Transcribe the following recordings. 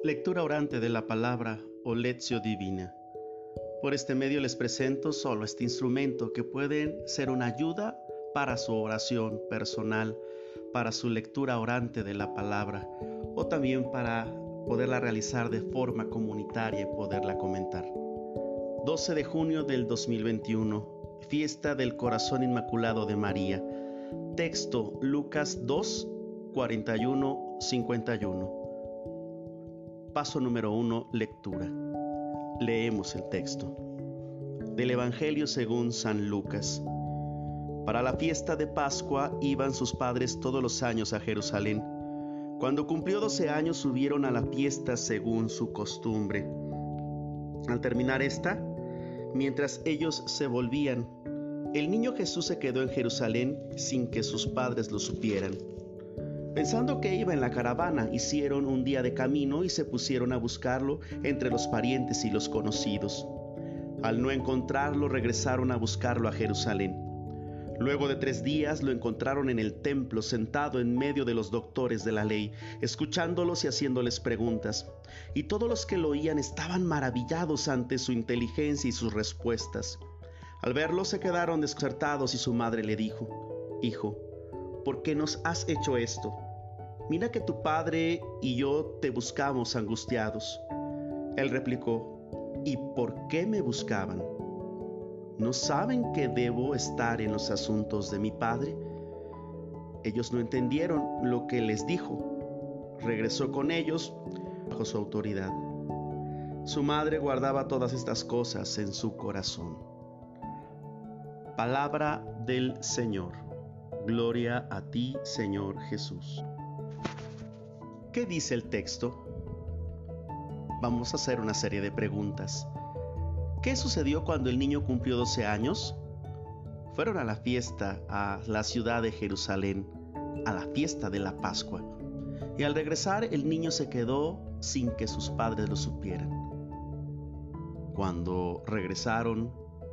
Lectura orante de la palabra o lectio divina. Por este medio les presento solo este instrumento que pueden ser una ayuda para su oración personal, para su lectura orante de la palabra o también para poderla realizar de forma comunitaria y poderla comentar. 12 de junio del 2021, fiesta del Corazón Inmaculado de María. Texto Lucas 2, 41, 51. Paso número 1, lectura. Leemos el texto. Del Evangelio según San Lucas. Para la fiesta de Pascua iban sus padres todos los años a Jerusalén. Cuando cumplió 12 años subieron a la fiesta según su costumbre. Al terminar esta, mientras ellos se volvían, el niño Jesús se quedó en Jerusalén sin que sus padres lo supieran. Pensando que iba en la caravana, hicieron un día de camino y se pusieron a buscarlo entre los parientes y los conocidos. Al no encontrarlo, regresaron a buscarlo a Jerusalén. Luego de 3 días lo encontraron en el templo, sentado en medio de los doctores de la ley, escuchándolos y haciéndoles preguntas. Y todos los que lo oían estaban maravillados ante su inteligencia y sus respuestas. Al verlo se quedaron desconcertados y su madre le dijo: «Hijo, ¿por qué nos has hecho esto? Mira que tu padre y yo te buscamos angustiados». Él replicó: «¿Y por qué me buscaban? ¿No saben que debo estar en los asuntos de mi padre?». Ellos no entendieron lo que les dijo. Regresó con ellos bajo su autoridad. Su madre guardaba todas estas cosas en su corazón. Palabra del Señor. Gloria a ti, Señor Jesús. ¿Qué dice el texto? Vamos a hacer una serie de preguntas. ¿Qué sucedió cuando el niño cumplió 12 años? Fueron a la fiesta a la ciudad de Jerusalén, a la fiesta de la Pascua. Y al regresar, el niño se quedó sin que sus padres lo supieran. Cuando regresaron,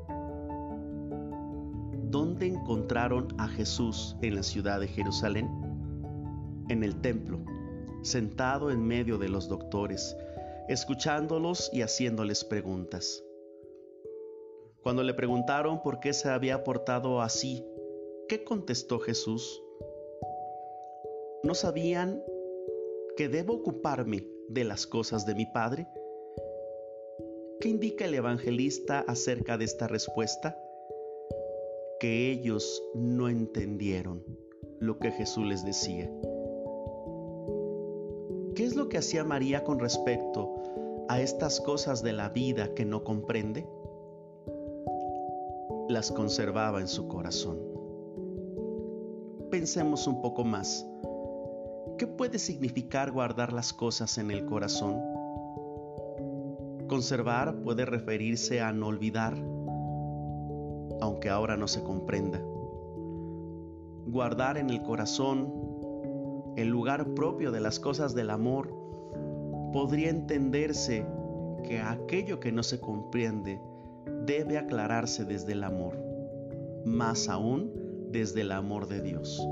¿dónde encontraron a Jesús en la ciudad de Jerusalén? En el templo, sentado en medio de los doctores, escuchándolos y haciéndoles preguntas. Cuando le preguntaron por qué se había portado así, ¿qué contestó Jesús? ¿No sabían que debo ocuparme de las cosas de mi Padre? ¿Qué indica el evangelista acerca de esta respuesta? Que ellos no entendieron lo que Jesús les decía. ¿Qué es lo que hacía María con respecto a estas cosas de la vida que no comprende? Las conservaba en su corazón. Pensemos un poco más. ¿Qué puede significar guardar las cosas en el corazón? Conservar puede referirse a no olvidar, aunque ahora no se comprenda. Guardar en el corazón, el lugar propio de las cosas del amor, podría entenderse que aquello que no se comprende debe aclararse desde el amor, más aún desde el amor de Dios.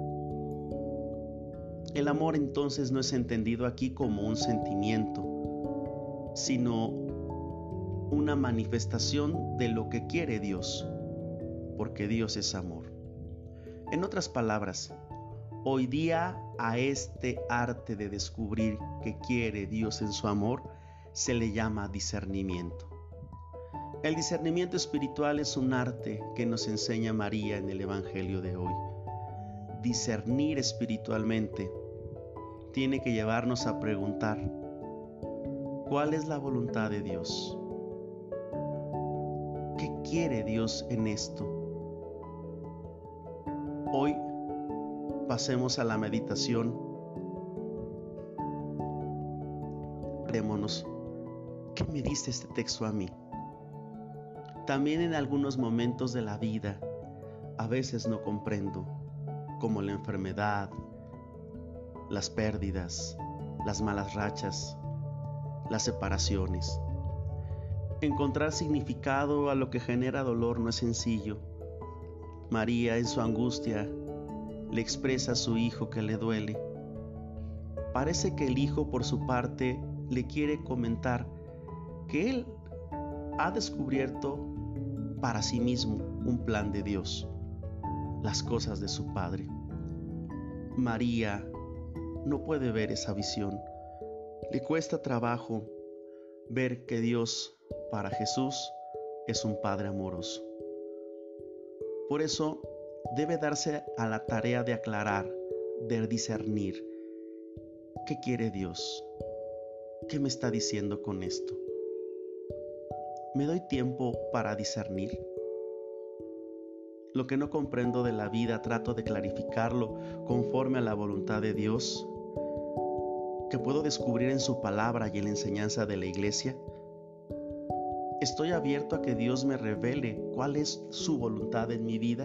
El amor entonces no es entendido aquí como un sentimiento, sino una manifestación de lo que quiere Dios, porque Dios es amor. En otras palabras, hoy día a este arte de descubrir qué quiere Dios en su amor se le llama discernimiento. El discernimiento espiritual es un arte que nos enseña María en el Evangelio de hoy. Discernir espiritualmente tiene que llevarnos a preguntar: ¿cuál es la voluntad de Dios? ¿Qué quiere Dios en esto? Hoy pasemos a la meditación. Preguntémonos: ¿qué me dice este texto a mí? También en algunos momentos de la vida, a veces no comprendo, como la enfermedad, las pérdidas, las malas rachas, las separaciones. Encontrar significado a lo que genera dolor no es sencillo. María, en su angustia, le expresa a su hijo que le duele. Parece que el hijo, por su parte, le quiere comentar que él ha descubierto para sí mismo un plan de Dios, las cosas de su Padre. María no puede ver esa visión. Le cuesta trabajo ver que Dios para Jesús es un Padre amoroso. Por eso debe darse a la tarea de aclarar, de discernir. ¿Qué quiere Dios? ¿Qué me está diciendo con esto? ¿Me doy tiempo para discernir? Lo que no comprendo de la vida trato de clarificarlo conforme a la voluntad de Dios, que puedo descubrir en su palabra y en la enseñanza de la iglesia. ¿Estoy abierto a que Dios me revele cuál es su voluntad en mi vida?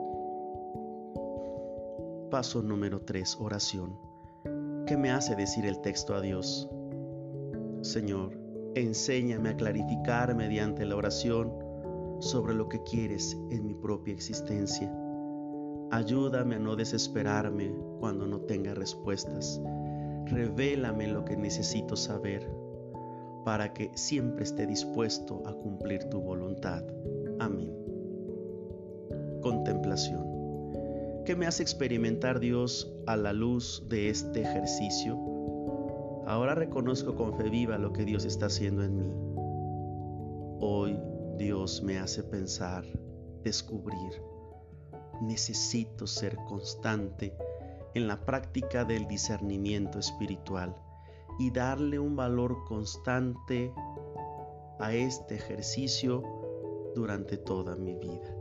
Paso número 3, oración. ¿Qué me hace decir el texto a Dios? Señor, enséñame a clarificar mediante la oración sobre lo que quieres en mi propia existencia. Ayúdame a no desesperarme cuando no tenga respuestas. Revélame lo que necesito saber para que siempre esté dispuesto a cumplir tu voluntad. Amén. Contemplación. ¿Qué me hace experimentar Dios a la luz de este ejercicio? Ahora reconozco con fe viva lo que Dios está haciendo en mí. Hoy Dios me hace pensar, descubrir. Necesito ser constante en la práctica del discernimiento espiritual y darle un valor constante a este ejercicio durante toda mi vida.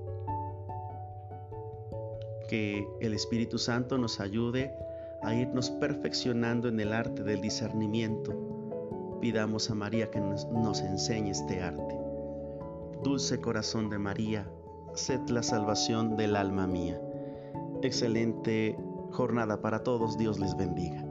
Que el Espíritu Santo nos ayude a irnos perfeccionando en el arte del discernimiento. Pidamos a María que nos enseñe este arte. Dulce corazón de María, sed la salvación del alma mía. Excelente jornada para todos, Dios les bendiga.